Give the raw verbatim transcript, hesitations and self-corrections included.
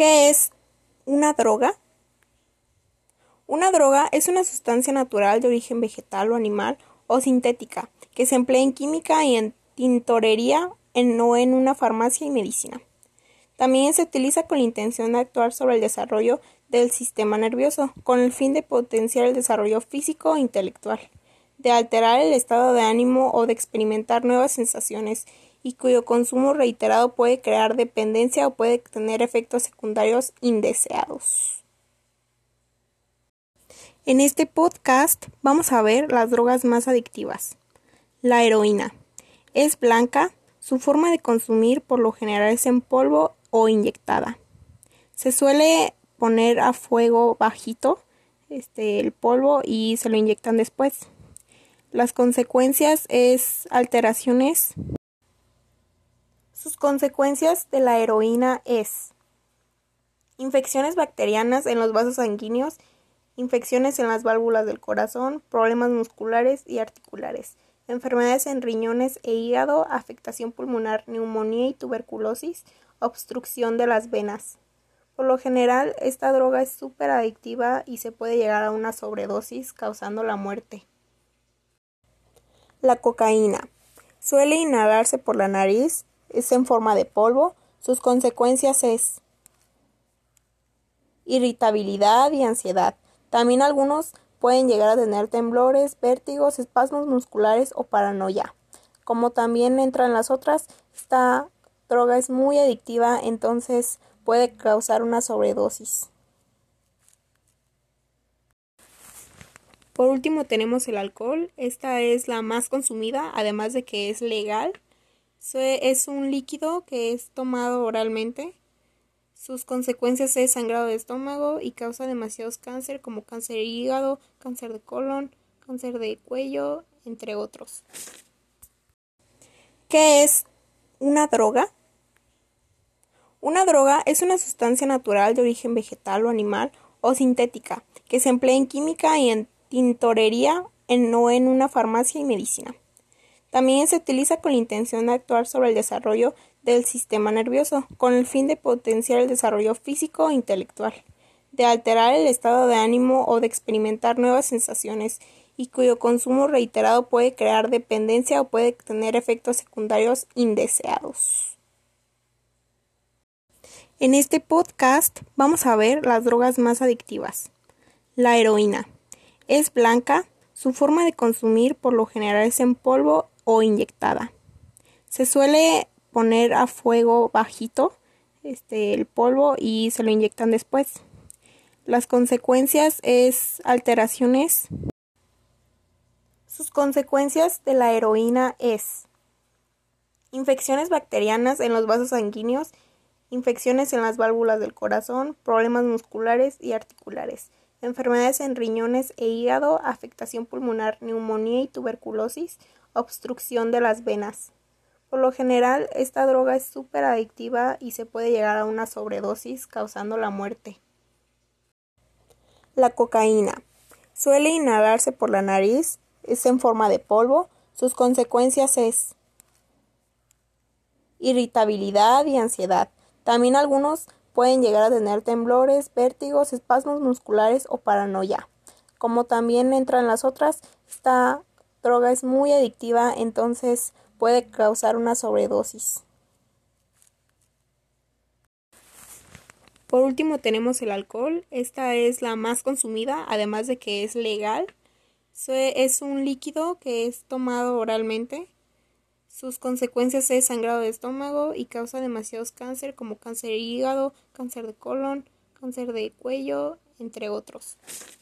¿Qué es una droga? Una droga es una sustancia natural de origen vegetal o animal o sintética que se emplea en química y en tintorería en, o en una farmacia y medicina. También se utiliza con la intención de actuar sobre el desarrollo del sistema nervioso, con el fin de potenciar el desarrollo físico e intelectual, de alterar el estado de ánimo o de experimentar nuevas sensaciones, y cuyo consumo reiterado puede crear dependencia o puede tener efectos secundarios indeseados. En este podcast vamos a ver las drogas más adictivas. La heroína. Es blanca, su forma de consumir por lo general es en polvo o inyectada. Se suele poner a fuego bajito este, el polvo y se lo inyectan después. Las consecuencias es alteraciones. Sus consecuencias de la heroína es infecciones bacterianas en los vasos sanguíneos, infecciones en las válvulas del corazón, problemas musculares y articulares, enfermedades en riñones e hígado, afectación pulmonar, neumonía y tuberculosis, obstrucción de las venas. Por lo general, esta droga es súper adictiva y se puede llegar a una sobredosis causando la muerte. La cocaína. Suele inhalarse por la nariz, es en forma de polvo. Sus consecuencias es irritabilidad y ansiedad. También algunos pueden llegar a tener temblores, vértigos, espasmos musculares o paranoia. Como también entran las otras, esta droga es muy adictiva, entonces puede causar una sobredosis. Por último tenemos el alcohol. Esta es la más consumida, además de que es legal. Es un líquido que es tomado oralmente. Sus consecuencias es sangrado de estómago y causa demasiados cáncer como cáncer de hígado, cáncer de colon, cáncer de cuello, entre otros. ¿Qué es una droga? Una droga es una sustancia natural de origen vegetal o animal o sintética que se emplea en química y en tintorería en, o en una farmacia y medicina. También se utiliza con la intención de actuar sobre el desarrollo del sistema nervioso, con el fin de potenciar el desarrollo físico e intelectual, de alterar el estado de ánimo o de experimentar nuevas sensaciones, y cuyo consumo reiterado puede crear dependencia o puede tener efectos secundarios indeseados. En este podcast vamos a ver las drogas más adictivas. La heroína. Es blanca, su forma de consumir por lo general es en polvo o inyectada. Se suele poner a fuego bajito este, el polvo y se lo inyectan después. Las consecuencias es alteraciones. Sus consecuencias de la heroína es infecciones bacterianas en los vasos sanguíneos, infecciones en las válvulas del corazón, problemas musculares y articulares, enfermedades en riñones e hígado, afectación pulmonar, neumonía y tuberculosis, obstrucción de las venas. Por lo general, esta droga es súper adictiva y se puede llegar a una sobredosis causando la muerte. La cocaína. Suele inhalarse por la nariz, es en forma de polvo. Sus consecuencias es irritabilidad y ansiedad. También algunos pueden llegar a tener temblores, vértigos, espasmos musculares o paranoia. Como también entran las otras, esta droga es muy adictiva, entonces puede causar una sobredosis. Por último tenemos el alcohol. Esta es la más consumida, además de que es legal. Es un líquido que es tomado oralmente. Sus consecuencias es sangrado de estómago y causa demasiados cáncer como cáncer de hígado, cáncer de colon, cáncer de cuello, entre otros.